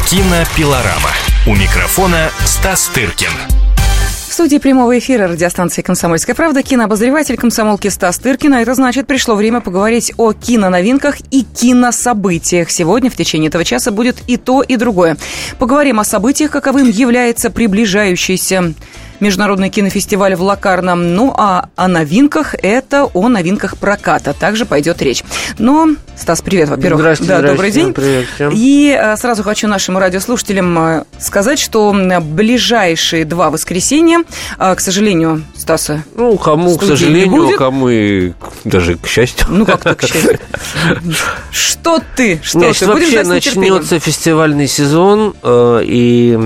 Кинопилорама. У микрофона Стас Тыркин. В студии прямого эфира радиостанции «Комсомольская правда» кинообозреватель комсомолки Стас Тыркин. Это значит, пришло время поговорить о киноновинках и кинособытиях. Сегодня в течение этого часа будет и то, и другое. Поговорим о событиях, каковым является приближающийся Международный кинофестиваль в Локарно. Ну, а о новинках, это о новинках проката. Также пойдет речь. Но, Стас, привет, во-первых. Здравствуйте, добрый день. Привет всем. И сразу хочу нашим радиослушателям сказать, что ближайшие 2 воскресенья, к сожалению, Стаса, ну, кому, к сожалению, кому и даже к счастью. Ну, как-то к счастью. Что ты? Значит, вообще начнется фестивальный сезон, и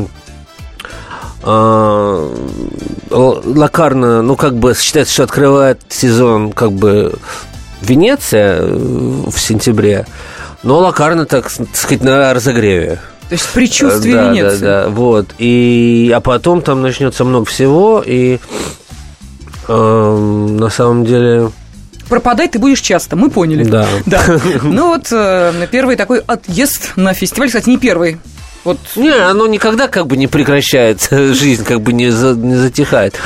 Локарно, ну, как бы считается, что открывает сезон, как бы, Венеция в сентябре, но Локарно, так сказать, на разогреве. То есть предчувствие Венеции. Да, вот. А потом там начнется много всего, и на самом деле... Пропадать ты будешь часто, мы поняли. Да. Ну вот первый такой отъезд на фестиваль, кстати, не первый. Вот. Не, оно никогда как бы не прекращается, жизнь как бы не затихает.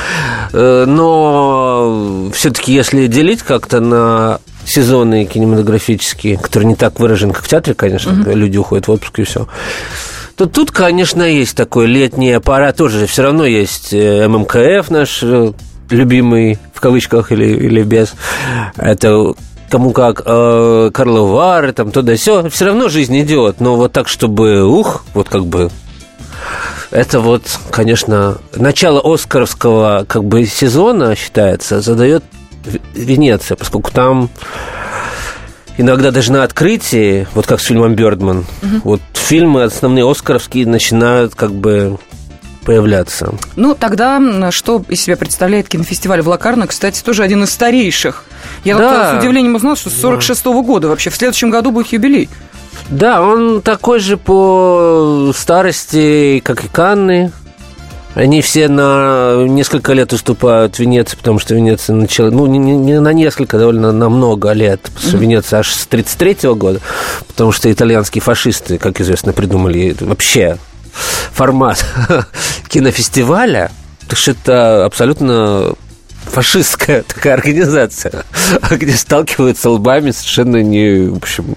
Но все-таки, если делить как-то на сезоны кинематографические, которые не так выражены, как в театре, конечно, когда люди уходят в отпуск и все, то тут, конечно, есть такой летний аппарат, тоже все равно есть ММКФ наш любимый, в кавычках или без, это... кому как, Карловы Вары, там, то-да-сё, все равно жизнь идет, но вот так, чтобы, вот как бы, это вот, конечно, начало оскаровского, как бы, сезона, считается, задает Венеция, поскольку там иногда даже на открытии, вот как с фильмом «Бёрдман», вот фильмы основные оскаровские начинают, как бы, появляться. Ну, тогда что из себя представляет кинофестиваль в Локарно? Кстати, тоже один из старейших. Я с удивлением узнал, что с 46-го года вообще. В следующем году будет юбилей. Да, он такой же по старости, как и Канны. Они все на несколько лет уступают Венеции, потому что Венеция начала... Ну, не на несколько, довольно на много лет. Потому что Венеция аж с 1933 года. Потому что итальянские фашисты, как известно, придумали вообще формат кинофестиваля, так что это абсолютно фашистская такая организация, где сталкиваются лбами совершенно не, в общем,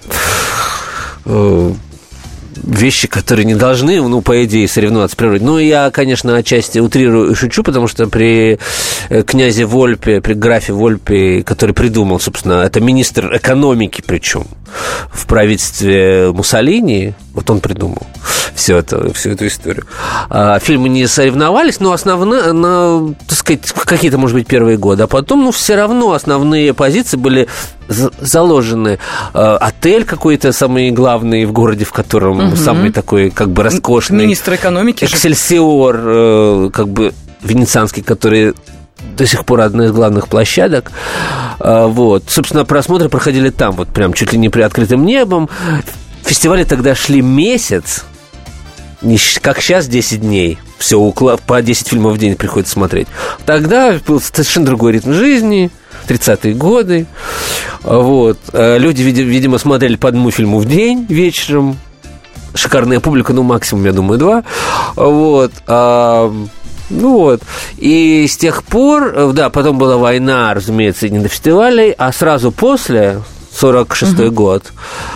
вещи, которые не должны, ну, по идее, соревноваться с природой. Ну, я, конечно, отчасти утрирую и шучу, потому что при князе Вольпе, при графе Вольпе, который придумал, собственно, это министр экономики, причем, в правительстве Муссолини, вот он придумал всю эту историю. Фильмы не соревновались, но основные, так сказать, какие-то, может быть, первые годы, а потом, ну, все равно основные позиции были заложены. Отель какой-то самый главный в городе, в котором самый такой, как бы, роскошный. Министр экономики. Эксельсиор, как бы, венецианский, который до сих пор одна из главных площадок. Вот. Собственно, просмотры проходили там, вот прям чуть ли не при открытом небом. Фестивали тогда шли месяц, не как сейчас 10 дней. Все, по 10 фильмов в день приходится смотреть. Тогда был совершенно другой ритм жизни. 30-е годы. Вот. Люди, видимо, смотрели по одному фильму в день вечером. Шикарная публика, ну, максимум, я думаю, 2. Вот. Ну вот. И с тех пор, да, потом была война, разумеется, не на фестивалей, а сразу после, 46-й год,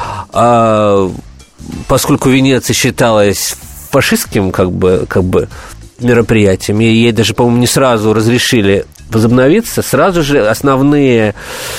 поскольку Венеция считалась фашистским, как бы мероприятием, и ей даже, по-моему, не сразу разрешили возобновиться, сразу же основные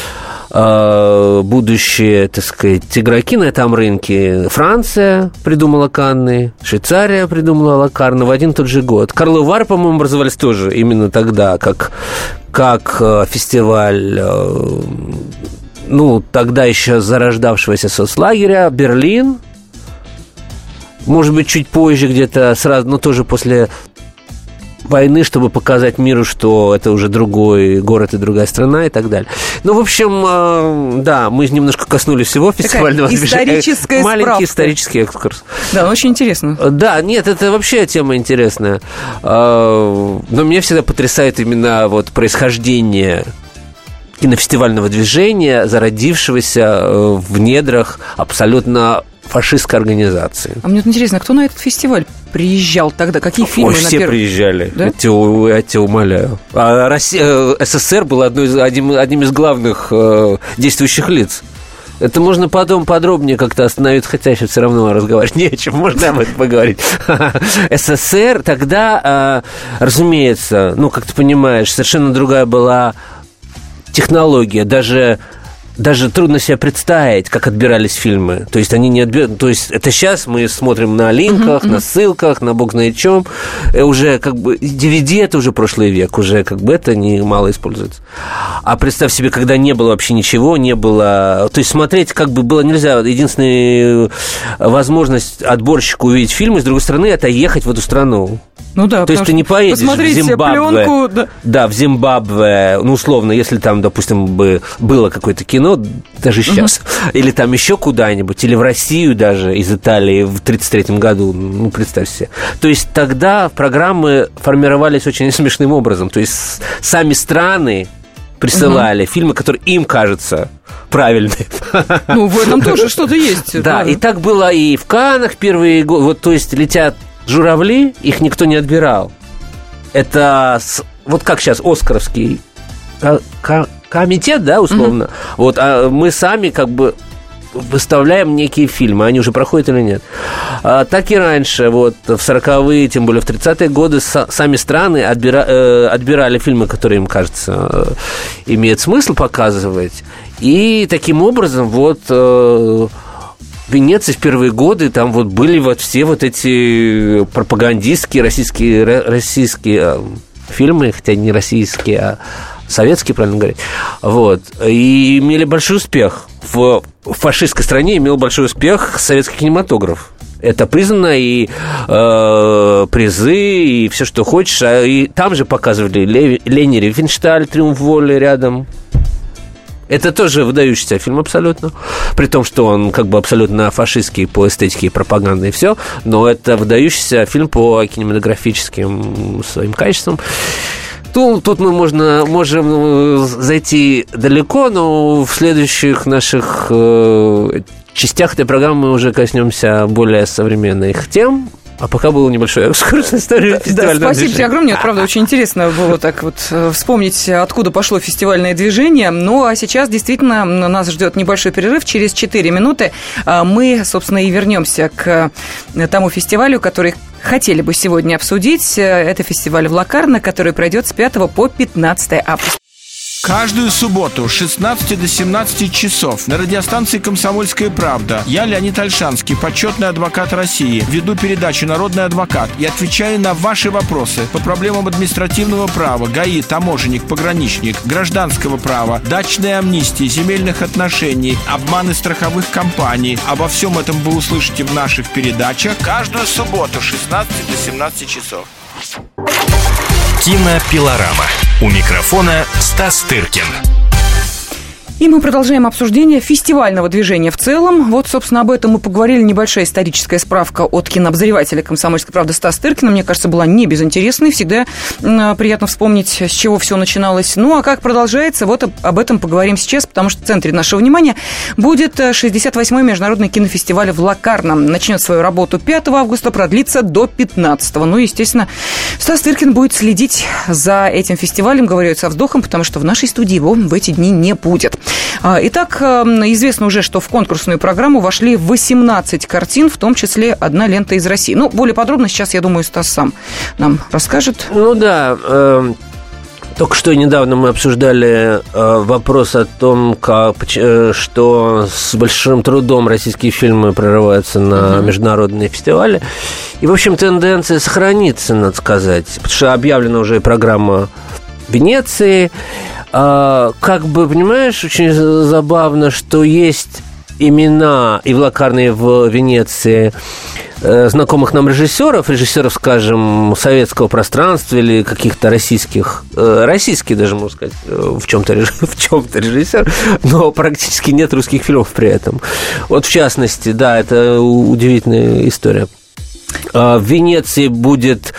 будущие, так сказать, игроки на этом рынке. Франция придумала Канны, Швейцария придумала Локарно в один и тот же год. Карловы Вары, по-моему, образовались тоже именно тогда, как фестиваль, ну, тогда еще зарождавшегося соцлагеря. Берлин, может быть, чуть позже где-то сразу, но тоже после войны, чтобы показать миру, что это уже другой город и другая страна и так далее. Ну, в общем, да, мы немножко коснулись всего фестивального движения. Историческая маленький справка. Исторический экскурс. Да, очень интересно. Да, нет, это вообще тема интересная. Но меня всегда потрясает именно вот происхождение кинофестивального движения, зародившегося в недрах абсолютно фашистской организации. А мне вот интересно, кто на этот фестиваль приезжал тогда? Какие фильмы? Все приезжали, да? я тебя умоляю. СССР был одним из главных действующих лиц. Это можно потом подробнее как-то остановиться, хотя сейчас все равно разговаривать не о чем, можно об этом поговорить. СССР тогда, разумеется, как ты понимаешь, совершенно другая была технология, даже трудно себе представить, как отбирались фильмы. То есть они не отбирали. То есть это сейчас мы смотрим на линках, на ссылках, на бог знает чем. Уже DVD это уже прошлый век, уже это не мало используется. А представь себе, когда не было вообще ничего, не было. То есть смотреть было нельзя. Единственная возможность отборщику увидеть фильм, и с другой стороны, это ехать в эту страну. То есть ты не поедешь в Зимбабве. Пленку, в Зимбабве, условно, если там, допустим, было какое-то кино, даже сейчас, или там еще куда-нибудь, или в Россию даже из Италии в 1933 году, представь себе. То есть тогда программы формировались очень смешным образом. То есть сами страны присылали фильмы, которые им кажутся правильные. В этом тоже что-то есть. Да, и так было и в Каннах первые годы. То есть летят журавли, их никто не отбирал. Это как сейчас оскаровский комитет, да, условно. А мы сами выставляем некие фильмы, они уже проходят или нет. Так и раньше, в 40-е, тем более в 30-е годы, сами страны отбирали фильмы, которые им кажется имеет смысл показывать. И таким образом в Венеции в первые годы там были все эти пропагандистские российские фильмы, хотя не российские, а советские, правильно говорить. И имели большой успех. В фашистской стране имел большой успех советский кинематограф. Это признано, и призы, и все, что хочешь. И там же показывали Лени Рифеншталь, «Триумф воли» рядом. Это тоже выдающийся фильм абсолютно. При том, что он абсолютно фашистский по эстетике и пропаганде и все. Но это выдающийся фильм по кинематографическим своим качествам. Тут мы можем зайти далеко, но в следующих наших частях этой программы мы уже коснемся более современных тем. А пока был небольшой экскурс в историю фестивального движения. Спасибо тебе огромное. Правда, очень интересно было вспомнить, откуда пошло фестивальное движение. А сейчас действительно нас ждет небольшой перерыв. Через 4 минуты мы, собственно, и вернемся к тому фестивалю, который хотели бы сегодня обсудить. Это фестиваль в Локарно, который пройдет с 5 по 15 августа. Каждую субботу с 16 до 17 часов на радиостанции «Комсомольская правда» я, Леонид Ольшанский, почетный адвокат России, веду передачу «Народный адвокат» и отвечаю на ваши вопросы по проблемам административного права, ГАИ, таможенник, пограничник, гражданского права, дачной амнистии, земельных отношений, обманы страховых компаний. Обо всем этом вы услышите в наших передачах каждую субботу с 16 до 17 часов. Кинопилорама. У микрофона Стас Тыркин. И мы продолжаем обсуждение фестивального движения в целом. Собственно, об этом мы поговорили. Небольшая историческая справка от кинообозревателя «Комсомольской правды» Стаса Тыркина. Мне кажется, была не безинтересной. Всегда приятно вспомнить, с чего все начиналось. А как продолжается, об этом поговорим сейчас, потому что в центре нашего внимания будет 68-й международный кинофестиваль в Локарно. Начнет свою работу 5 августа, продлится до 15-го. Естественно, Стас Тыркин будет следить за этим фестивалем, говорю со вздохом, потому что в нашей студии его в эти дни не будет. Итак, известно уже, что в конкурсную программу вошли 18 картин, в том числе одна лента из России. Более подробно сейчас, я думаю, Стас сам нам расскажет. Только что недавно мы обсуждали вопрос о том, что с большим трудом российские фильмы прорываются на международные фестивали. И, в общем, тенденция сохранится, надо сказать. Потому что объявлена уже программа Венеции. Понимаешь, очень забавно, что есть имена и в Локарно, и в Венеции знакомых нам режиссеров, скажем, советского пространства или каких-то российские даже, можно сказать, в чем-то режиссер, но практически нет русских фильмов при этом. В частности, да, это удивительная история. В Венеции будет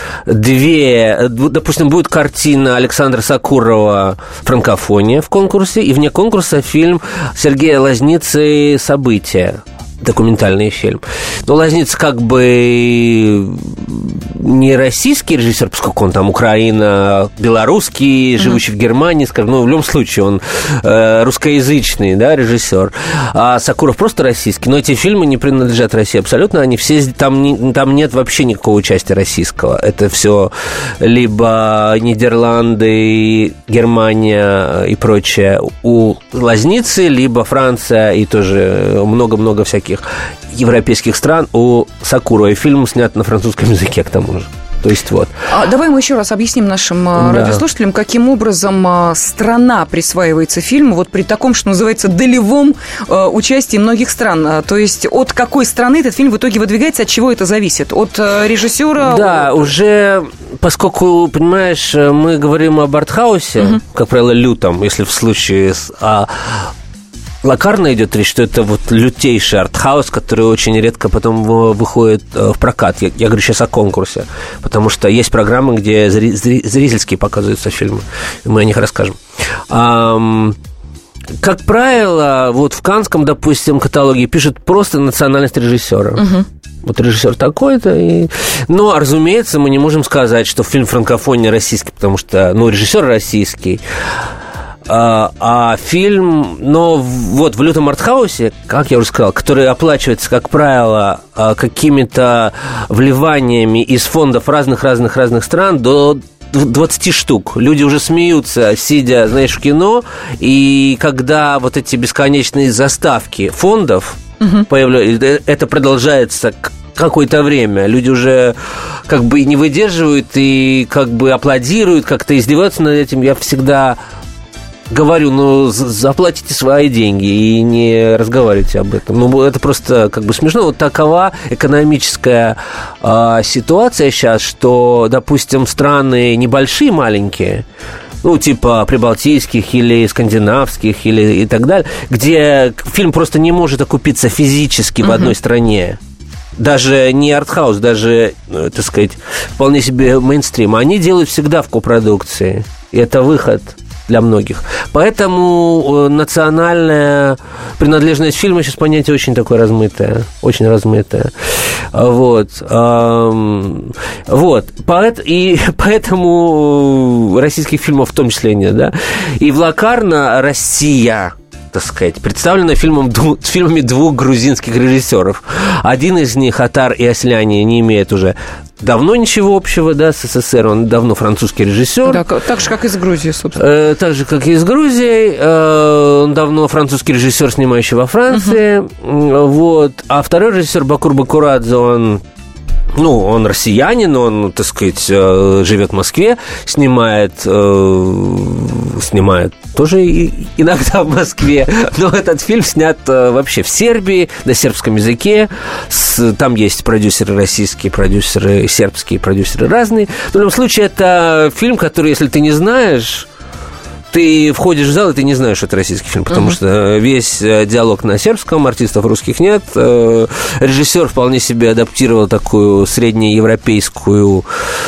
будет картина Александра Сокурова «Франкофония» в конкурсе, и вне конкурса фильм Сергея Лазницы «События». документальный фильм. Но Лозница как бы не российский режиссер, поскольку он там Украина, белорусский, живущий в Германии, скажем, ну, в любом случае он русскоязычный, да, режиссер, а Сакуров просто российский. Но эти фильмы не принадлежат России абсолютно, они все, там нет вообще никакого участия российского. Это все либо Нидерланды, Германия и прочее у Лозницы, либо Франция и тоже много-много всяких европейских стран у Сакурова. И фильм снят на французском языке, к тому же. То есть вот. Давай мы еще раз объясним нашим радиослушателям, каким образом страна присваивается фильму вот при таком, что называется, долевом участии многих стран. То есть от какой страны этот фильм в итоге выдвигается, от чего это зависит? От режиссера? Да, уже, поскольку, понимаешь, мы говорим об артхаусе, как правило, лютом, если в случае с... Локарно идет речь, что это вот лютейший артхаус, который очень редко потом выходит в прокат. Я говорю сейчас о конкурсе, потому что есть программы, где зрительские показываются фильмы, и мы о них расскажем. Как правило, вот в Каннском, допустим, каталоге пишут просто национальность режиссера. Вот режиссер такой-то. Но, разумеется, мы не можем сказать, что фильм франкофония российский, потому что, режиссер российский. А фильм, но вот в лютом артхаусе, как я уже сказал, который оплачивается, как правило, какими-то вливаниями из фондов разных стран до 20 штук. Люди уже смеются, сидя, знаешь, в кино, и когда вот эти бесконечные заставки фондов появляются, это продолжается какое-то время. Люди уже как бы не выдерживают и как бы аплодируют, как-то издеваются над этим. Я всегда... говорю, заплатите свои деньги и не разговаривайте об этом. Это просто как бы смешно. Вот такова экономическая ситуация сейчас, что, допустим, страны небольшие, маленькие, типа прибалтийских или скандинавских или и так далее, где фильм просто не может окупиться физически в одной стране. Даже не артхаус, даже, так сказать, вполне себе мейнстрим. Они делают всегда в копродукции. И это выход для многих. Поэтому национальная принадлежность фильма сейчас понятие очень такое размытое. Очень размытое. Вот. И поэтому российских фильмов в том числе нет, да. И в Локарно Россия, так сказать, представлена фильмами двух грузинских режиссеров. Один из них, Атар и Асляни, не имеет уже давно ничего общего, да, с СССР. Он давно французский режиссер. Да, так же, как и с Грузией, собственно. Так же, как и с Грузией. Он давно французский режиссер, снимающий во Франции. Вот. А второй режиссер Бакур Бакурадзе, он россиянин, он, так сказать, живет в Москве, снимает тоже иногда в Москве, но этот фильм снят вообще в Сербии, на сербском языке, там есть продюсеры российские, продюсеры сербские, продюсеры разные. В любом случае, это фильм, который, если ты не знаешь... Ты входишь в зал, и ты не знаешь, что это российский фильм, потому что весь диалог на сербском, артистов русских нет. Режиссер вполне себе адаптировал такую среднеевропейский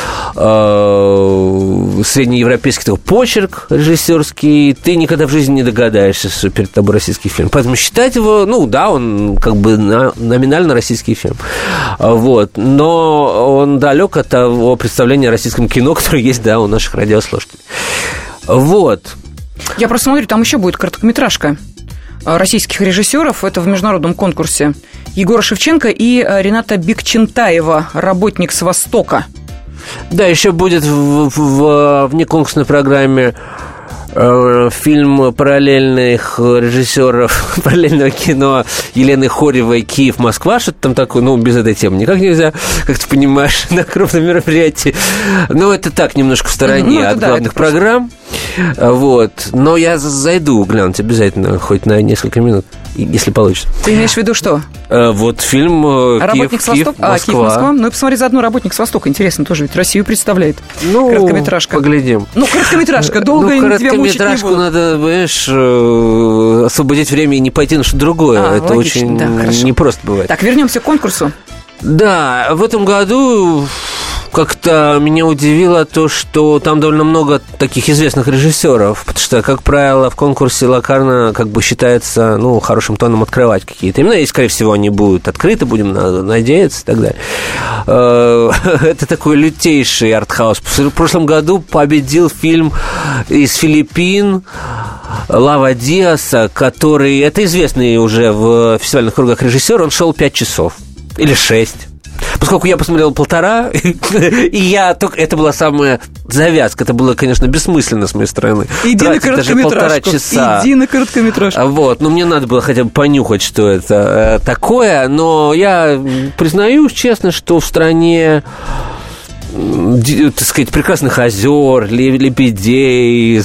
такой почерк режиссерский. Ты никогда в жизни не догадаешься, что перед тобой российский фильм. Поэтому считать его, он как бы номинально российский фильм. Вот. Но он далек от того представления о российском кино, которое есть, у наших радиослушателей. Вот. Я просто смотрю, там еще будет короткометражка российских режиссеров. Это в международном конкурсе. Егора Шевченко и Рената Бекчентаева, «Работник с Востока». Да, еще будет в внеконкурсной программе фильм параллельных режиссеров параллельного кино Елены Хоревой «Киев-Москва», что-то там такое, без этой темы никак нельзя, как ты понимаешь, на крупном мероприятии. Это так, немножко в стороне от главных программ. Вот. Но я зайду глянуть обязательно, хоть на несколько минут, если получится. Ты имеешь в виду что? Вот фильм «Работник с Востока». «Киев-Москва». И посмотри заодно «Работник с Востока». Интересно тоже, ведь Россию представляет. Короткометражка. Поглядим. Короткометражка. Долго тебя мучить не буду. Короткометражку надо, понимаешь, освободить время и не пойти на что-то другое. Это логично, очень непросто бывает. Так, вернемся к конкурсу. Да, в этом году как-то меня удивило то, что там довольно много таких известных режиссеров, потому что, как правило, в конкурсе Локарно как бы считается, хорошим тоном открывать какие-то имена, и, скорее всего, они будут открыты, будем надеяться и так далее. Это такой лютейший артхаус. В прошлом году победил фильм из Филиппин Лава Диаса, который, это известный уже в фестивальных кругах режиссер, он шел 5 часов или 6. Поскольку я посмотрел 1,5, и это была самая завязка. Это было, конечно, бессмысленно с моей стороны. Иди на короткометражку. Иди на короткометражку. Но мне надо было хотя бы понюхать, что это такое. Но я признаюсь честно, что в стране, так сказать, прекрасных озер, лебедей,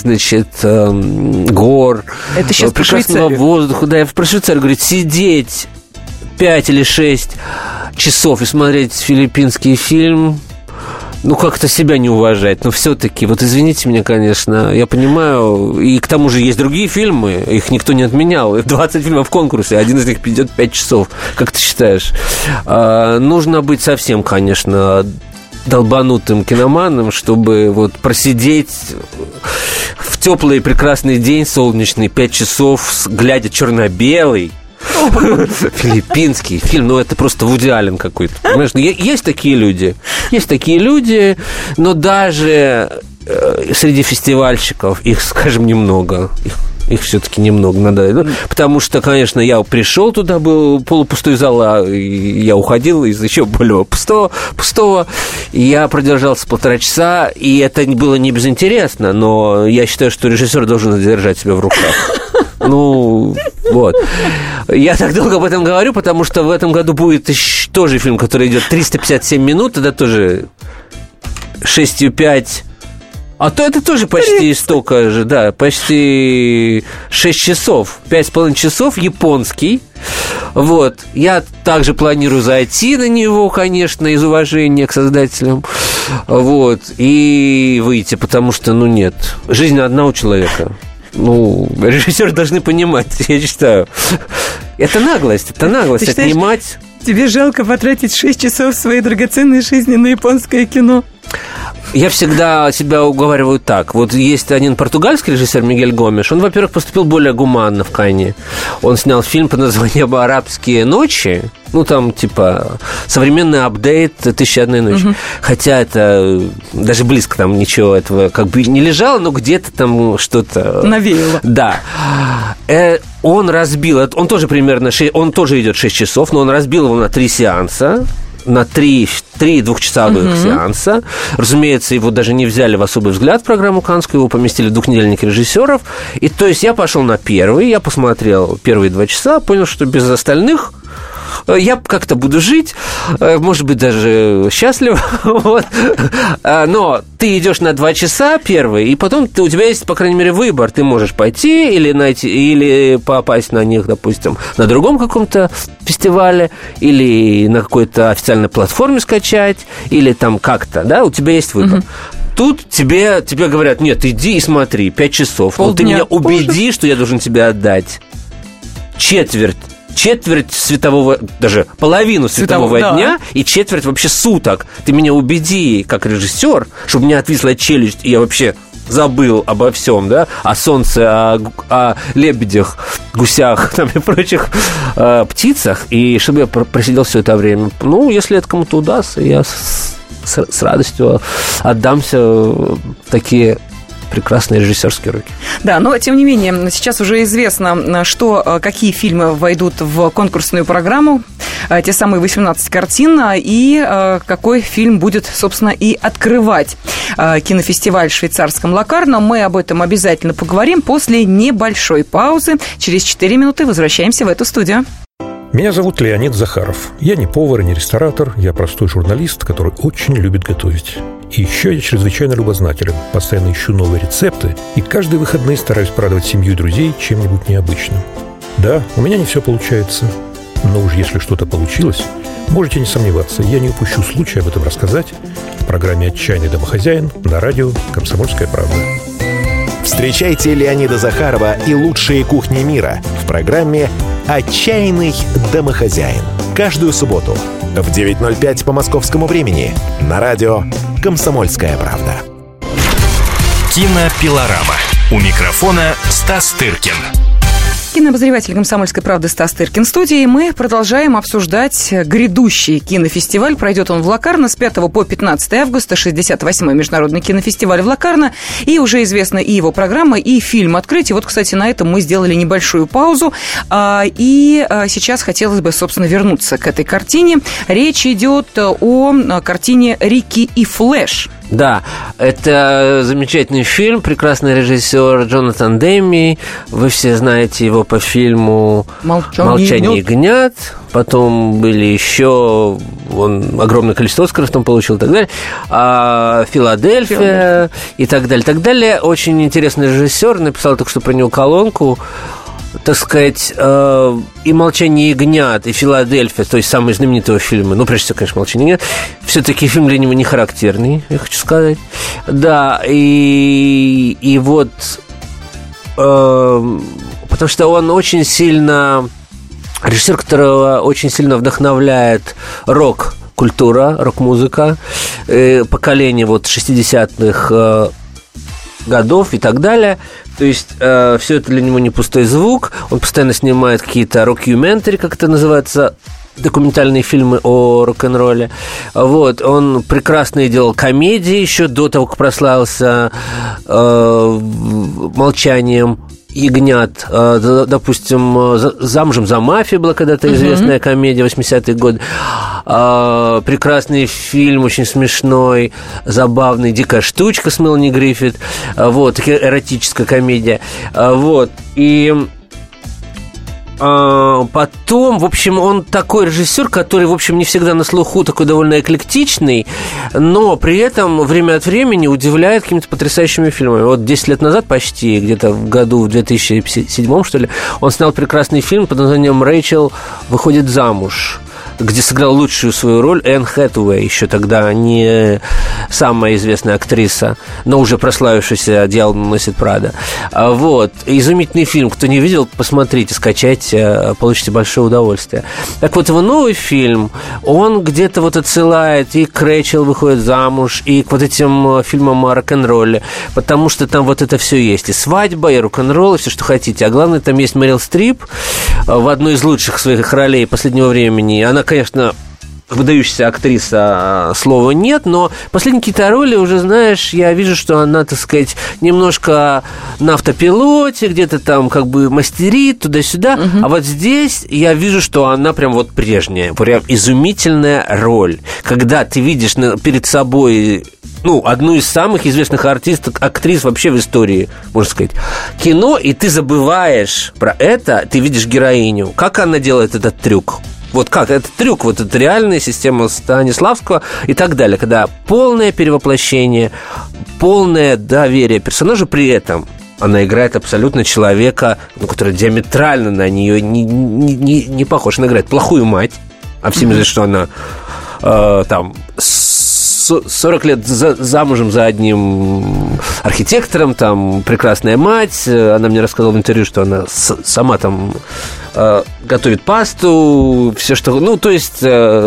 гор, это сейчас прекрасного воздуха. Да, я про Швейцарию говорю, сидеть 5 или 6 часов и смотреть филиппинский фильм, как-то себя не уважать. Но все-таки, извините меня, конечно, я понимаю, и к тому же есть другие фильмы, их никто не отменял. 20 фильмов в конкурсе, один из них идет 5 часов. Как ты считаешь? Нужно быть совсем, конечно, долбанутым киноманом, чтобы просидеть в теплый и прекрасный день солнечный 5 часов, глядя черно-белый филиппинский фильм, это просто Вуди Аллен какой-то, понимаешь? Есть такие люди, но даже среди фестивальщиков их, скажем, немного. Их все-таки немного надо. Потому что, конечно, я пришел туда, был полупустой зал, а я уходил из еще более пустого. И я продержался 1,5 часа, и это было не безинтересно, но я считаю, что режиссер должен держать себя в руках. Я так долго об этом говорю, потому что в этом году будет тоже фильм, который идет 357 минут, это тоже 6,5. А то это тоже почти столько же, да, почти 6 часов, 5,5 часов, японский. Я также планирую зайти на него, конечно, из уважения к создателям, и выйти, потому что, нет, жизнь одна у человека. Режиссеры должны понимать, я считаю. Это наглость отнимать. Тебе жалко потратить 6 часов своей драгоценной жизни на японское кино? Я всегда себя уговариваю так. Есть один португальский режиссер Мигель Гомеш. Он, во-первых, поступил более гуманно в Канне. Он снял фильм под названием «Арабские ночи». современный апдейт «Тысяча и одной ночи». Угу. Хотя это даже близко там ничего этого как бы не лежало, но где-то там что-то... навеяло. Да. Он разбил... Он тоже примерно... Он тоже идет 6 часов, но он разбил его на 3 сеанса. На 3 двухчасовых сеанса. Разумеется, его даже не взяли в особый взгляд в программу Каннскую, его поместили в двухнедельник режиссеров. И то есть я пошел на первый, я посмотрел первые 2 часа, понял, что без остальных я как-то буду жить, может быть, даже счастлив. Но ты идешь на 2 часа первый, и потом у тебя есть, по крайней мере, выбор. Ты можешь пойти или найти, или попасть на них, допустим, на другом каком-то фестивале, или на какой-то официальной платформе скачать, или там как-то, да, у тебя есть выбор. Тут тебе говорят, нет, иди и смотри, 5 часов. Ты меня убеди, что я должен тебе отдать четверть светового, даже половину светового дня, да, и четверть вообще суток. Ты меня убеди, как режиссер, чтобы у меня отвисла челюсть, и я вообще забыл обо всем, да, о солнце, о лебедях, гусях там, и прочих птицах, и чтобы я просидел все это время. Если это кому-то удастся, я с радостью отдамся в такие прекрасные режиссерские руки. Да, но тем не менее, сейчас уже известно, какие фильмы войдут в конкурсную программу, те самые 18 картин, и какой фильм будет, собственно, и открывать кинофестиваль в швейцарском Локарно. Мы об этом обязательно поговорим после небольшой паузы. Через 4 минуты возвращаемся в эту студию. Меня зовут Леонид Захаров. Я не повар и не ресторатор, я простой журналист, который очень любит готовить. И еще я чрезвычайно любознателен, постоянно ищу новые рецепты, и каждые выходные стараюсь порадовать семью и друзей чем-нибудь необычным. Да, у меня не все получается, но уж если что-то получилось, можете не сомневаться, я не упущу случая об этом рассказать в программе «Отчаянный домохозяин» на радио «Комсомольская правда». Встречайте Леонида Захарова и лучшие кухни мира в программе «Отчаянный домохозяин». Каждую субботу в 9:05 по московскому времени на радио «Комсомольская правда». Кинопилорама. У микрофона Стас Тыркин. Кинообозреватель «Комсомольской правды» Стас Тыркин в студии. Мы продолжаем обсуждать грядущий кинофестиваль. Пройдет он в Локарно с 5 по 15 августа, 68-й международный кинофестиваль в Локарно. И уже известна и его программа, и фильм «Открытие». Вот, кстати, на этом мы сделали небольшую паузу. И сейчас хотелось бы, собственно, вернуться к этой картине. Речь идет о картине «Рикки и Флэш». Да, это замечательный фильм, прекрасный режиссер Джонатан Демми. Вы все знаете его по фильму «Молчание ягнят». Потом были еще, он огромное количество Оскаров там получил и так далее. «Филадельфия» и так далее, так далее. Очень интересный режиссер, написал только что про него колонку. Так сказать, и «Молчание ягнят», и «Филадельфия», то есть самые знаменитые фильмы, ну, прежде всего, конечно, «Молчание ягнят», все-таки фильм для него не характерный, я хочу сказать. Да, и вот, потому что он очень сильно, режиссер, которого очень сильно вдохновляет рок-культура, рок-музыка, поколение вот 60-х годов и так далее. То есть все это для него не пустой звук. Он постоянно снимает какие-то рок-юментари, как это называется, документальные фильмы о рок-н-ролле. Вот. Он прекрасно делал комедии еще до того, как прославился «Молчанием ягнят». Допустим, «Замужем за мафией» была когда-то известная комедия, 80-е годы. Прекрасный фильм, очень смешной, забавный, «Дикая штучка» с Мелани Гриффит. Вот, такая эротическая комедия. Вот. И потом, в общем, он такой режиссер, который, в общем, не всегда на слуху, такой довольно эклектичный, но при этом время от времени удивляет какими-то потрясающими фильмами. Вот 10 лет назад почти, где-то в году в 2007, что ли, он снял прекрасный фильм под названием «Рэйчел выходит замуж», где сыграл лучшую свою роль Энн Хэтэуэй, еще тогда не самая известная актриса, но уже прославившаяся «Дьявол носит Прада». Вот. Изумительный фильм. Кто не видел, посмотрите, скачайте, получите большое удовольствие. Так вот, его новый фильм, он где-то вот отсылает и к «Рэйчел выходит замуж», и к вот этим фильмам о рок-н-ролле, потому что там вот это все есть. И свадьба, и рок-н-ролл, и все, что хотите. А главное, там есть Мэрил Стрип в одной из лучших своих ролей последнего времени. Она, конечно, выдающаяся актриса, слова нет, но последние какие-то роли уже, знаешь, я вижу, что она, так сказать, немножко на автопилоте, где-то там как бы мастерит туда-сюда, а вот здесь я вижу, что она прям вот прежняя, прям изумительная роль, когда ты видишь перед собой, ну, одну из самых известных артисток, актрис вообще в истории, можно сказать, кино, и ты забываешь про это, ты видишь героиню, как она делает этот трюк. Вот как, это трюк, вот это реальная система Станиславского и так далее, когда полное перевоплощение, полное доверие персонажу, при этом она играет абсолютно человека, ну, который диаметрально на нее не похож. Она играет плохую мать, а всем известно, что она там 40 лет замужем за одним архитектором, там прекрасная мать. Она мне рассказала в интервью, что она сама там готовит пасту, все что... Ну, то есть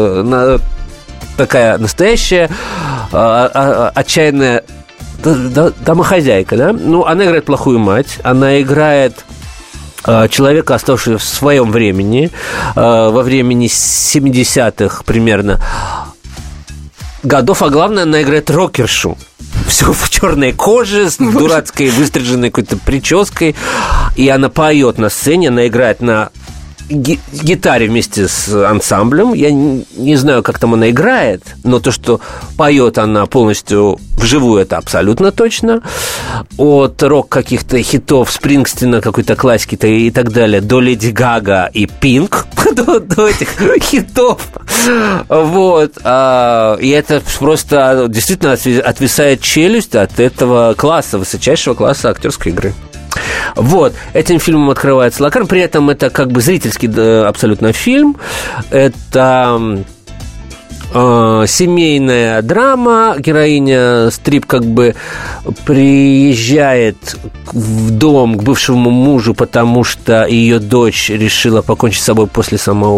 такая настоящая отчаянная домохозяйка, да? Ну, она играет плохую мать, она играет человека, оставшегося в своем времени, во времени 70-х примерно годов, а главное, она играет рокершу. Все в черной коже, с дурацкой выстриженной какой-то прической. И она поет на сцене, она играет на гитаре вместе с ансамблем. Я не знаю, как там она играет, но то, что поет она полностью вживую, это абсолютно точно. От рок каких-то хитов Спрингстина, какой-то классики и так далее, до Леди Гага и Пинк, до этих хитов. Вот. И это просто действительно отвисает челюсть от этого класса, высочайшего класса актерской игры. Вот, этим фильмом открывается Локарно. При этом это как бы зрительский абсолютно фильм. Это семейная драма. Героиня Стрип как бы приезжает в дом к бывшему мужу, потому что ее дочь решила покончить с собой после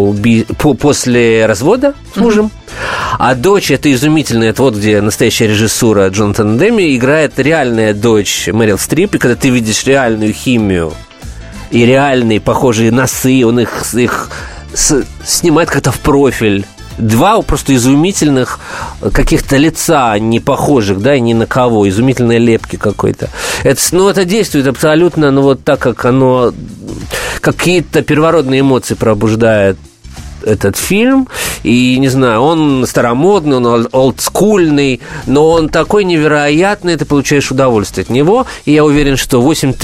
развода с мужем. А дочь, это изумительно, это вот где настоящая режиссура Джонатана Демми, играет реальная дочь Мэрил Стрип, и когда ты видишь реальную химию и реальные похожие носы, он их снимает как-то в профиль. Два просто изумительных каких-то лица, не похожих, да, ни на кого, изумительной лепки какой-то. Это действует абсолютно, вот так, как оно какие-то первородные эмоции пробуждает этот фильм. И, не знаю, он старомодный, он олдскульный, но он такой невероятный, ты получаешь удовольствие от него. И я уверен, что 8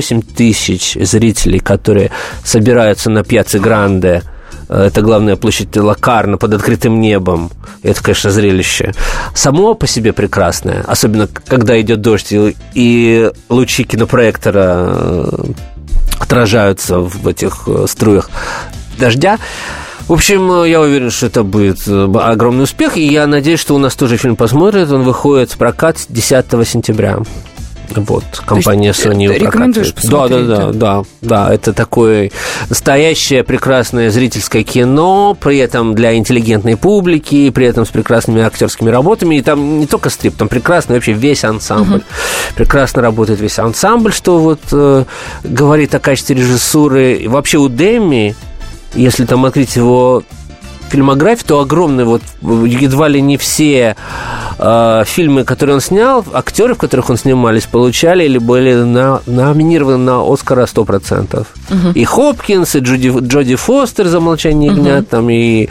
тысяч зрителей, которые собираются на Пьяцца Гранде, это главная площадь Локарно под открытым небом. Это, конечно, зрелище само по себе прекрасное. Особенно, когда идет дождь, и лучи кинопроектора отражаются в этих струях дождя. В общем, я уверен, что это будет огромный успех. И я надеюсь, что у нас тоже фильм посмотрят. Он выходит в прокат 10 сентября. Вот, компания Sony рекомендуешь посмотреть? Да, это такое настоящее прекрасное зрительское кино, при этом для интеллигентной публики, при этом с прекрасными актерскими работами, и там не только Стрип, там прекрасный вообще весь ансамбль, прекрасно работает весь ансамбль, что вот говорит о качестве режиссуры. И вообще у Демми, если там открыть его фильмографию, то огромный, вот едва ли не все фильмы, которые он снял, актеры, в которых он снимались, получали или были номинированы на Оскара 100%. И Хопкинс, и Джоди Фостер за «Молчание ягнят», там, и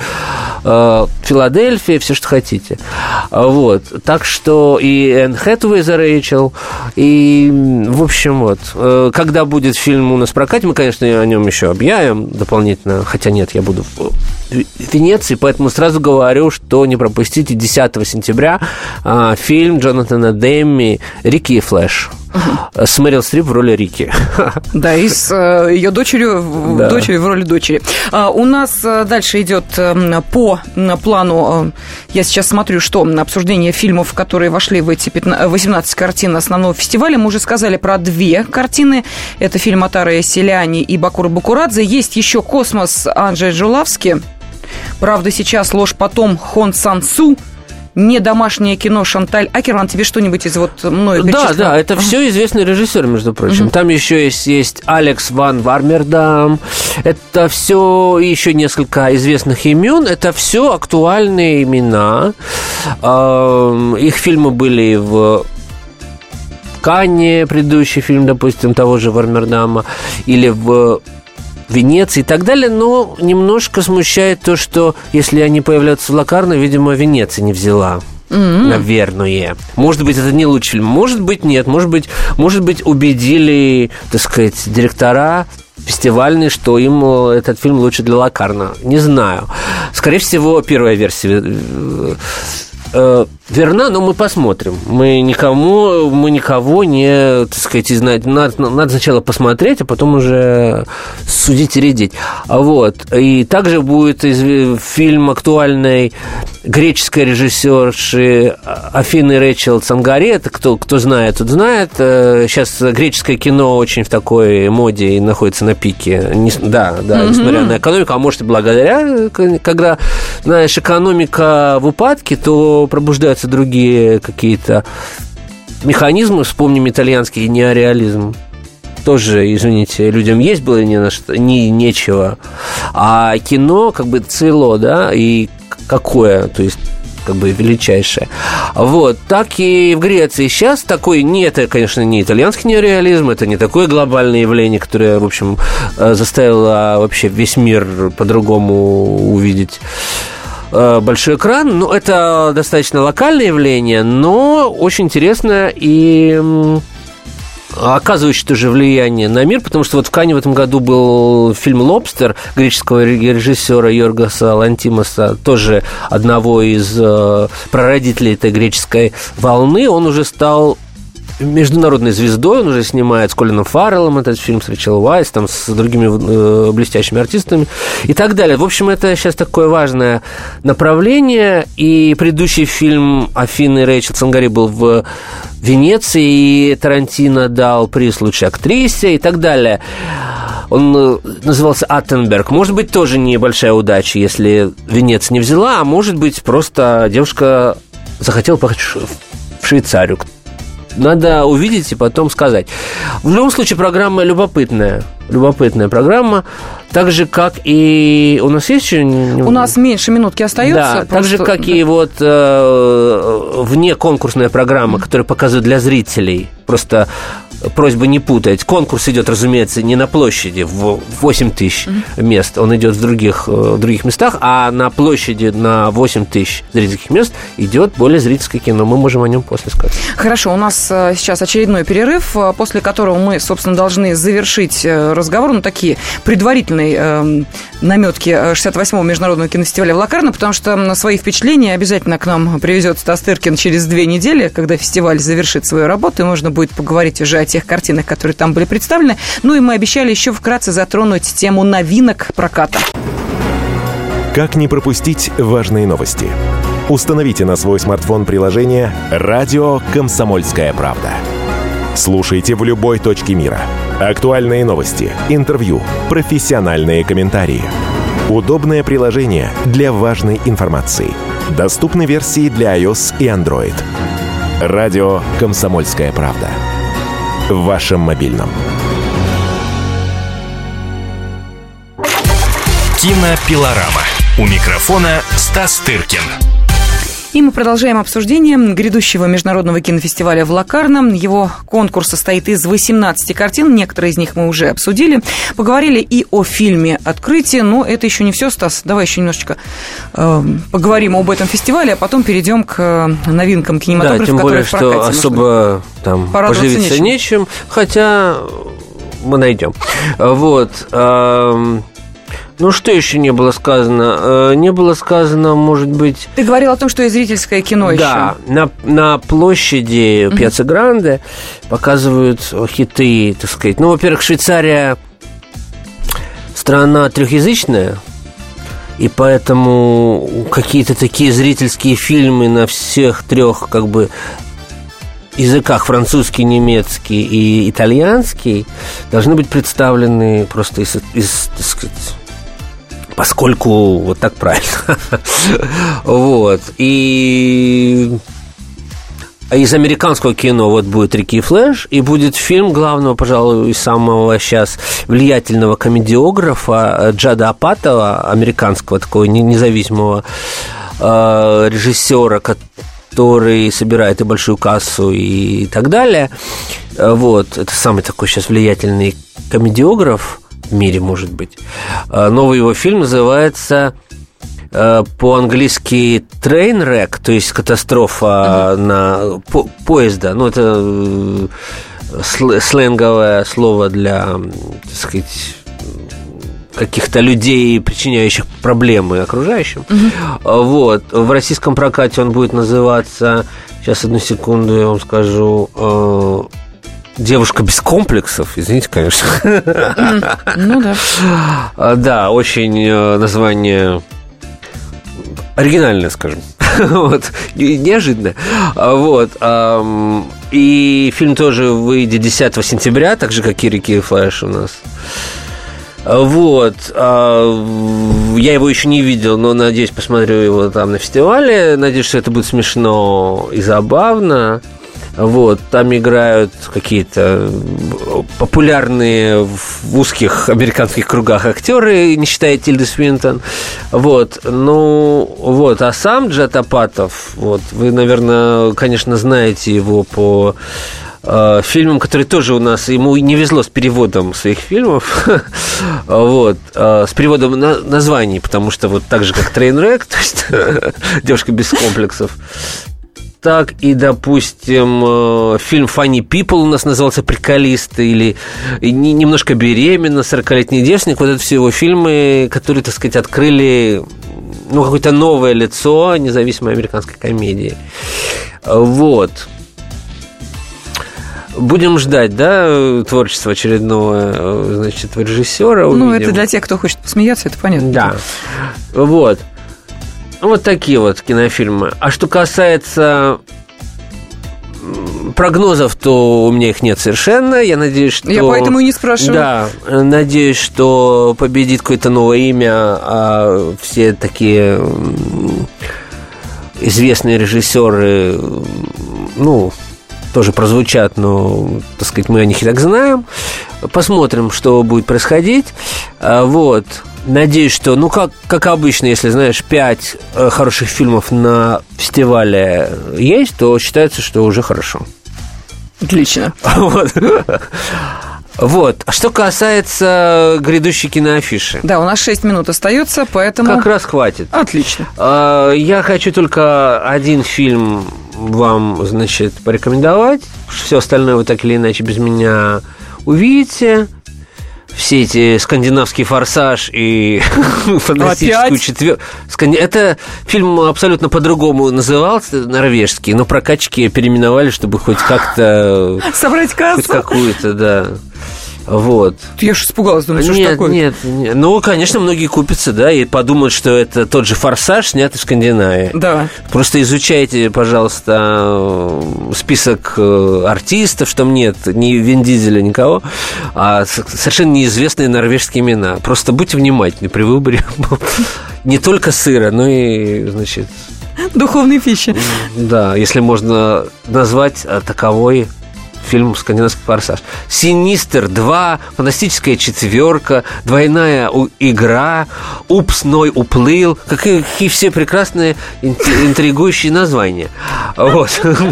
Филадельфия, все, что хотите. Вот. Так что и Энн Хэтэуэй за Рэйчел. И, в общем, вот. Когда будет фильм у нас в прокате, мы, конечно, о нем еще объявим дополнительно. Хотя нет, я буду в Венеции, поэтому сразу говорю, что не пропустите 10 сентября фильм Джонатана Демми «Рики и Флэш». С Мэрил Стрип в роли Рики. Да, и с ее дочерью в роли дочери. У нас дальше идет по плану, я сейчас смотрю, что обсуждение фильмов, которые вошли в эти 18 картин основного фестиваля. Мы уже сказали про 2 картины. Это фильм Атаро Селяни и Бакура Бакурадзе. Есть еще «Космос» Анджей Джулавски. «Правда сейчас, ложь потом» Хон Сан-Су. Не домашнее кино Шанталь Акерман. Тебе что-нибудь из вот мною перечисленного? Да, это все известные режиссеры, между прочим. Там еще есть Алекс ван Вармердам. Это все еще несколько известных имен. Это все актуальные имена. Их фильмы были в Канне, предыдущий фильм, допустим, того же Вармердама, или в Венеции и так далее, но немножко смущает то, что если они появляются в Локарно, видимо, Венеция не взяла. Наверное. Может быть, это не лучший фильм. Может быть, нет. Может быть, убедили, так сказать, директора фестивальные, что им этот фильм лучше для Локарно. Не знаю. Скорее всего, первая версия верна, но мы посмотрим. Мы никого не, так сказать, знать. Надо сначала посмотреть, а потом уже судить и рядить. Вот. И также будет фильм актуальной греческой режиссерши Афины Рэйчел Цангари. Это кто знает, тот знает. Сейчас греческое кино очень в такой моде и находится на пике. Несмотря на экономику, а может и благодаря, когда, знаешь, экономика в упадке, то пробуждаются другие какие-то механизмы. Вспомним итальянский неореализм. Тоже, извините, людям есть было нечего. А кино как бы цвело, да, и какое, то есть как бы величайшее. Вот, так и в Греции сейчас такой, это, конечно, не итальянский неореализм, это не такое глобальное явление, которое, в общем, заставило вообще весь мир по-другому увидеть большой экран. Ну, это достаточно локальное явление, но очень интересное и оказывающее тоже влияние на мир, потому что вот в Канне в этом году был фильм «Лобстер» греческого режиссера Йоргоса Лантимоса, тоже одного из прародителей этой греческой волны. Он уже стал международной звездой, он уже снимает с Колином Фарреллом этот фильм, с Рэйчел Уайс, там, с другими блестящими артистами и так далее. В общем, это сейчас такое важное направление, и предыдущий фильм Афины и Рэйчел Цангари был в Венеции, и Тарантино дал приз лучшей актрисе и так далее. Он назывался «Аттенберг». Может быть, тоже небольшая удача, если Венеция не взяла, а может быть, просто девушка захотела поехать в Швейцарию. Надо увидеть и потом сказать. В любом случае, программа любопытная программа. Так же, как и... У нас есть еще... У нас меньше минутки остается. Да, так же, как и вот внеконкурсная программа, которая показывает для зрителей. Просто просьба не путать. Конкурс идет, разумеется, не на площади в 8 тысяч мест. Он идет в других местах, а на площади на 8 тысяч зрительских мест идет более зрительское кино. Мы можем о нем после сказать. Хорошо, у нас сейчас очередной перерыв, после которого мы, собственно, должны завершить разговор, такие предварительные наметки 68-го международного кинофестиваля в Локарно, потому что свои впечатления обязательно к нам привезет Стас Тыркин через 2 недели, когда фестиваль завершит свою работу, и можно будет поговорить уже о тех картинах, которые там были представлены. Ну и мы обещали еще вкратце затронуть тему новинок проката. Как не пропустить важные новости? Установите на свой смартфон приложение «Радио Комсомольская правда». Слушайте в любой точке мира. Актуальные новости, интервью, профессиональные комментарии. Удобное приложение для важной информации. Доступны версии для iOS и Android. «Радио Комсомольская правда». В вашем мобильном. Кинопилорама. У микрофона Стас Тыркин. И мы продолжаем обсуждение грядущего международного кинофестиваля в Локарно. Его конкурс состоит из 18 картин, некоторые из них мы уже обсудили. Поговорили и о фильме «Открытие», но это еще не все, Стас. Давай еще немножечко поговорим об этом фестивале, а потом перейдем к новинкам кинематографа, да, тем более, которые в прокате. Что особо там поживиться нечем, хотя мы найдем. Вот. Ну, что еще не было сказано? Не было сказано, может быть... Ты говорил о том, что и зрительское кино еще. Да, на площади Пьяцца Гранде показывают хиты, так сказать. Ну, во-первых, Швейцария страна трехязычная, и поэтому какие-то такие зрительские фильмы на всех трех, как бы, языках, французский, немецкий и итальянский, должны быть представлены просто из так сказать, поскольку вот так правильно. Вот. И из американского кино вот будет «Рикки и Флэш», и будет фильм главного, пожалуй, самого сейчас влиятельного комедиографа Джада Апатова, американского такого независимого режиссера, который собирает и большую кассу и так далее. Вот. Это самый такой сейчас влиятельный комедиограф в мире, может быть. Новый его фильм называется по-английски «Trainwreck», то есть катастрофа на поезда. Ну, это сленговое слово для, так сказать, каких-то людей, причиняющих проблемы окружающим. Вот. В российском прокате он будет называться, сейчас, одну секунду, я вам скажу, «Девушка без комплексов». Извините, конечно. Ну да. Да, очень название оригинальное, скажем. Вот. Неожиданно. Вот. И фильм тоже выйдет 10 сентября, так же, как и «Рикки и Флэш» у нас. Вот. Я его еще не видел, но, надеюсь, посмотрю его там на фестивале. Надеюсь, что это будет смешно и забавно. Вот, там играют какие-то популярные в узких американских кругах актеры, не считая Тильды Свинтон. Вот, ну, вот, а сам Джад Апатов, вот, вы, наверное, конечно, знаете его по фильмам, которые тоже у нас, ему не везло с переводом своих фильмов, вот, с переводом названий, потому что вот так же, как «Trainwreck», то есть «Девушка без комплексов», так и, допустим, фильм «Funny People» у нас назывался «Приколисты», или «Немножко беременна», «40-летний девственник». Вот это все его фильмы, которые, так сказать, открыли, ну, какое-то новое лицо независимой американской комедии. Вот. Будем ждать, да, творчества очередного, значит, режиссера. Ну, это для тех, кто хочет посмеяться, это понятно. Да. Вот. Вот такие вот кинофильмы. А что касается прогнозов, то у меня их нет совершенно. Я надеюсь, что... Я поэтому и не спрашиваю. Да, надеюсь, что победит какое-то новое имя, а все такие известные режиссеры, ну, тоже прозвучат, но, так сказать, мы о них и так знаем. Посмотрим, что будет происходить. Вот. Надеюсь, что, ну, как обычно, если, знаешь, 5 хороших фильмов на фестивале есть, то считается, что уже хорошо. Отлично. Вот. А что касается грядущей киноафиши. Да, у нас 6 минут остается, поэтому... Как раз хватит. Отлично. Я хочу только один фильм вам, значит, порекомендовать. Все остальное вы так или иначе без меня увидите. Все эти скандинавский «Форсаж» и фантастическую четверку. Это фильм абсолютно по-другому назывался, норвежский, но прокачки переименовали, чтобы хоть как-то... Собрать кассу. Хоть какую-то, да. Вот. Я ж испугалась, думаю, что ж такое? Нет. Ну, конечно, многие купятся, да, и подумают, что это тот же «Форсаж», снятый в Скандинавии. Да. Просто изучайте, пожалуйста, список артистов, что там нет ни Вин Дизеля, никого, а совершенно неизвестные норвежские имена. Просто будьте внимательны при выборе не только сыра, но и, значит... Духовной пищи. Да, если можно назвать таковой... Фильм «Скандинавский форсаж». «Синистер 2», «Фантастическая четверка», «Двойная игра», «Упс, Ной уплыл». Какие все прекрасные, интригующие названия. Вот.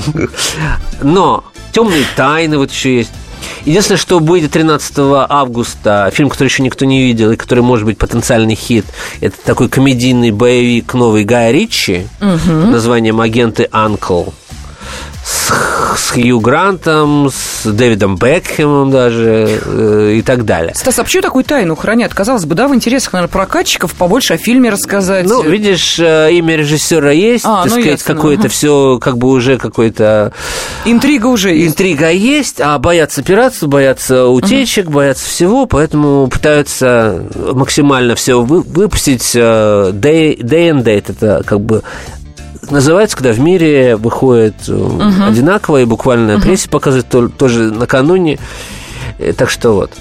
Но «Темные тайны» вот еще есть. Единственное, что выйдет 13 августа, фильм, который еще никто не видел и который может быть потенциальный хит, это такой комедийный боевик новый Гая Ричи, названием «Агенты Анкл». С Хью Грантом, с Дэвидом Бекхэмом даже и так далее. Стас, а почему такую тайну хранят? Казалось бы, да, в интересах, наверное, прокатчиков побольше о фильме рассказать. Ну, видишь, имя режиссера есть, так сказать, какое-то все, как бы уже какой-то... Интрига уже есть. Интрига есть, а боятся пиратства, боятся утечек, боятся всего, поэтому пытаются максимально все выпустить. Day and date, это как бы... Называется, когда в мире выходит одинаково, и буквально прессе показывает тоже накануне. Так что вот.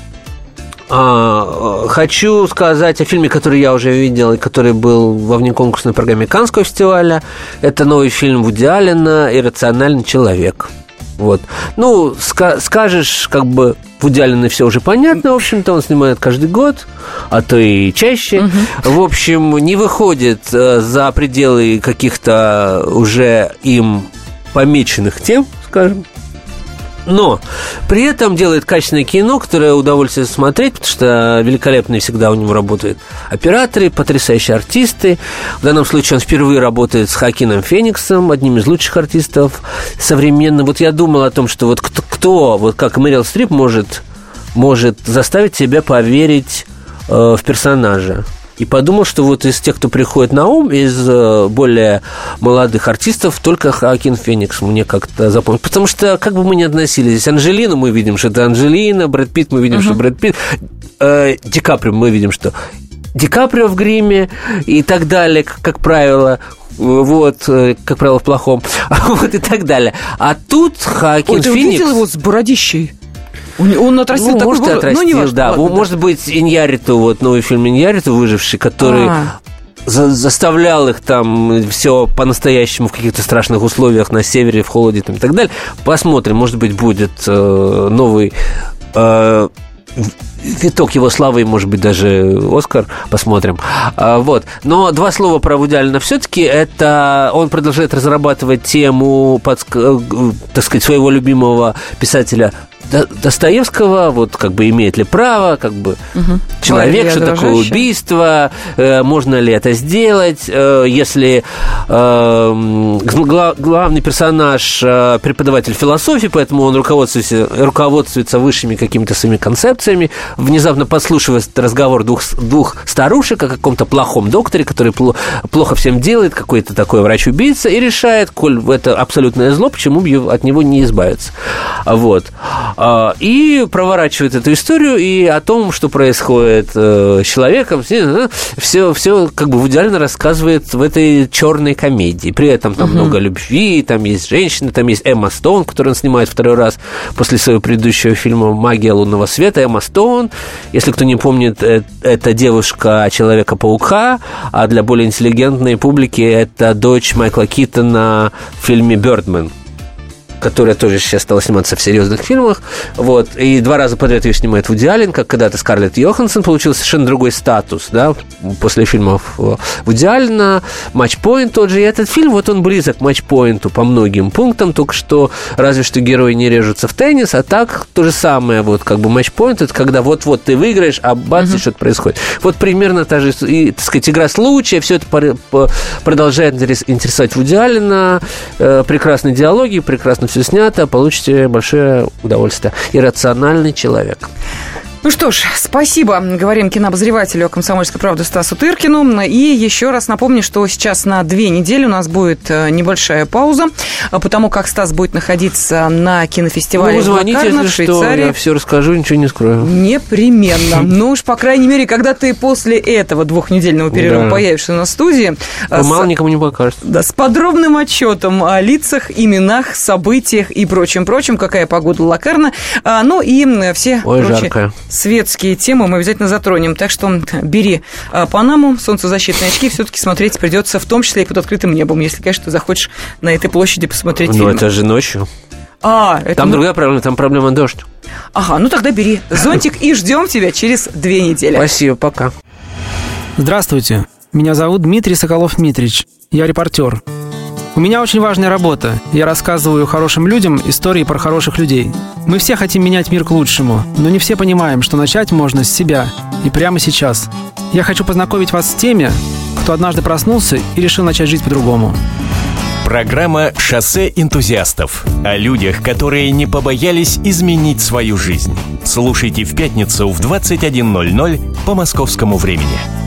Хочу сказать о фильме, который я уже видел, и который был во внеконкурсной программе Каннского фестиваля. Это новый фильм Вуди Аллена «Иррациональный человек». Вот. Ну, скажешь, как бы Вуди Аллену все уже понятно, в общем-то, он снимает каждый год, а то и чаще. В общем, не выходит за пределы каких-то уже им помеченных тем, скажем. Но при этом делает качественное кино, которое удовольствие смотреть, потому что великолепные всегда у него работают операторы, потрясающие артисты. В данном случае он впервые работает с Хоакином Фениксом, одним из лучших артистов современных. Вот я думал о том, что вот кто вот как Мэрил Стрип, может заставить себя поверить в персонажа. И подумал, что вот из тех, кто приходит на ум, из более молодых артистов, только Хоакин Феникс мне как-то запомнил. Потому что, как бы мы ни относились, Анджелину мы видим, что это Анджелина, Брэд Питт мы видим, что Брэд Питт, Ди Каприо мы видим, что Ди Каприо в гриме и так далее, как правило. Вот, как правило, в плохом. Вот и так далее. А тут Хоакин Феникс... Ты видел его с бородищей? Он отрастил такой может, отрастил, да. Ладно, может быть, Иньярриту, вот новый фильм Иньярриту «Выживший», который заставлял их там все по-настоящему в каких-то страшных условиях на севере, в холоде там, и так далее. Посмотрим, может быть, будет новый виток его славы, и, может быть, даже Оскар. Посмотрим. Вот. Но два слова про Вуди Аллена все-таки. Это он продолжает разрабатывать тему, так сказать, своего любимого писателя Достоевского, вот как бы имеет ли право, как бы человек, что такое убийство, можно ли это сделать, если главный персонаж преподаватель философии, поэтому он руководствуется высшими какими-то своими концепциями, внезапно подслушивает разговор двух старушек о каком-то плохом докторе, который плохо всем делает, какой-то такой врач-убийца, и решает, коль это абсолютное зло, почему бы от него не избавиться. Вот. И проворачивает эту историю, и о том, что происходит с человеком, все как бы Вуди Аллен рассказывает в этой черной комедии. При этом там много любви, там есть женщины, там есть Эмма Стоун, которую он снимает второй раз после своего предыдущего фильма «Магия лунного света». Эмма Стоун, если кто не помнит, это девушка Человека-паука, а для более интеллигентной публики это дочь Майкла Китона в фильме «Бёрдмен», которая тоже сейчас стала сниматься в серьезных фильмах. Вот. И 2 раза подряд ее снимает Вуди Аллен, как когда-то Скарлетт Йоханссон, получил совершенно другой статус, да, после фильмов Вуди Аллена. «Матчпоинт» тот же. И этот фильм, вот он близок к «Матчпоинту» по многим пунктам, только что разве что герои не режутся в теннис, а так то же самое, вот как бы «Матчпоинт» — это когда вот-вот ты выиграешь, а бац, и что-то происходит. Вот примерно та же, и, так сказать, игра случая, все это продолжает интересовать Вуди Аллена, прекрасные диалоги, прекрасно все снято, получите большое удовольствие. Иррациональный человек. Ну что ж, спасибо, говорим кинообозревателю «Комсомольской правды» Стасу Тыркину. И еще раз напомню, что сейчас на 2 недели у нас будет небольшая пауза, потому как Стас будет находиться на кинофестивале в Лакарно, в Швейцарии. Я все расскажу, ничего не скрою. Непременно. Ну уж, по крайней мере, когда ты после этого 2-недельного перерыва появишься на студии. Мало никому не покажется. Да, с подробным отчетом о лицах, именах, событиях и прочем, какая погода в Лакарно. Ну и все прочие светские темы мы обязательно затронем. Так что бери Панаму, солнцезащитные очки. Все-таки смотреть придется в том числе и под открытым небом, если, конечно, ты захочешь на этой площади посмотреть фильм. Ну, это же ночью. Там другая проблема, там проблема дождь. Ага, ну тогда бери зонтик и ждем тебя через 2 недели. Спасибо, пока. Здравствуйте, меня зовут Дмитрий Соколов-Митрич. Я репортер. У меня очень важная работа. Я рассказываю хорошим людям истории про хороших людей. Мы все хотим менять мир к лучшему, но не все понимаем, что начать можно с себя и прямо сейчас. Я хочу познакомить вас с теми, кто однажды проснулся и решил начать жить по-другому. Программа «Шоссе энтузиастов» о людях, которые не побоялись изменить свою жизнь. Слушайте в пятницу в 21:00 по московскому времени.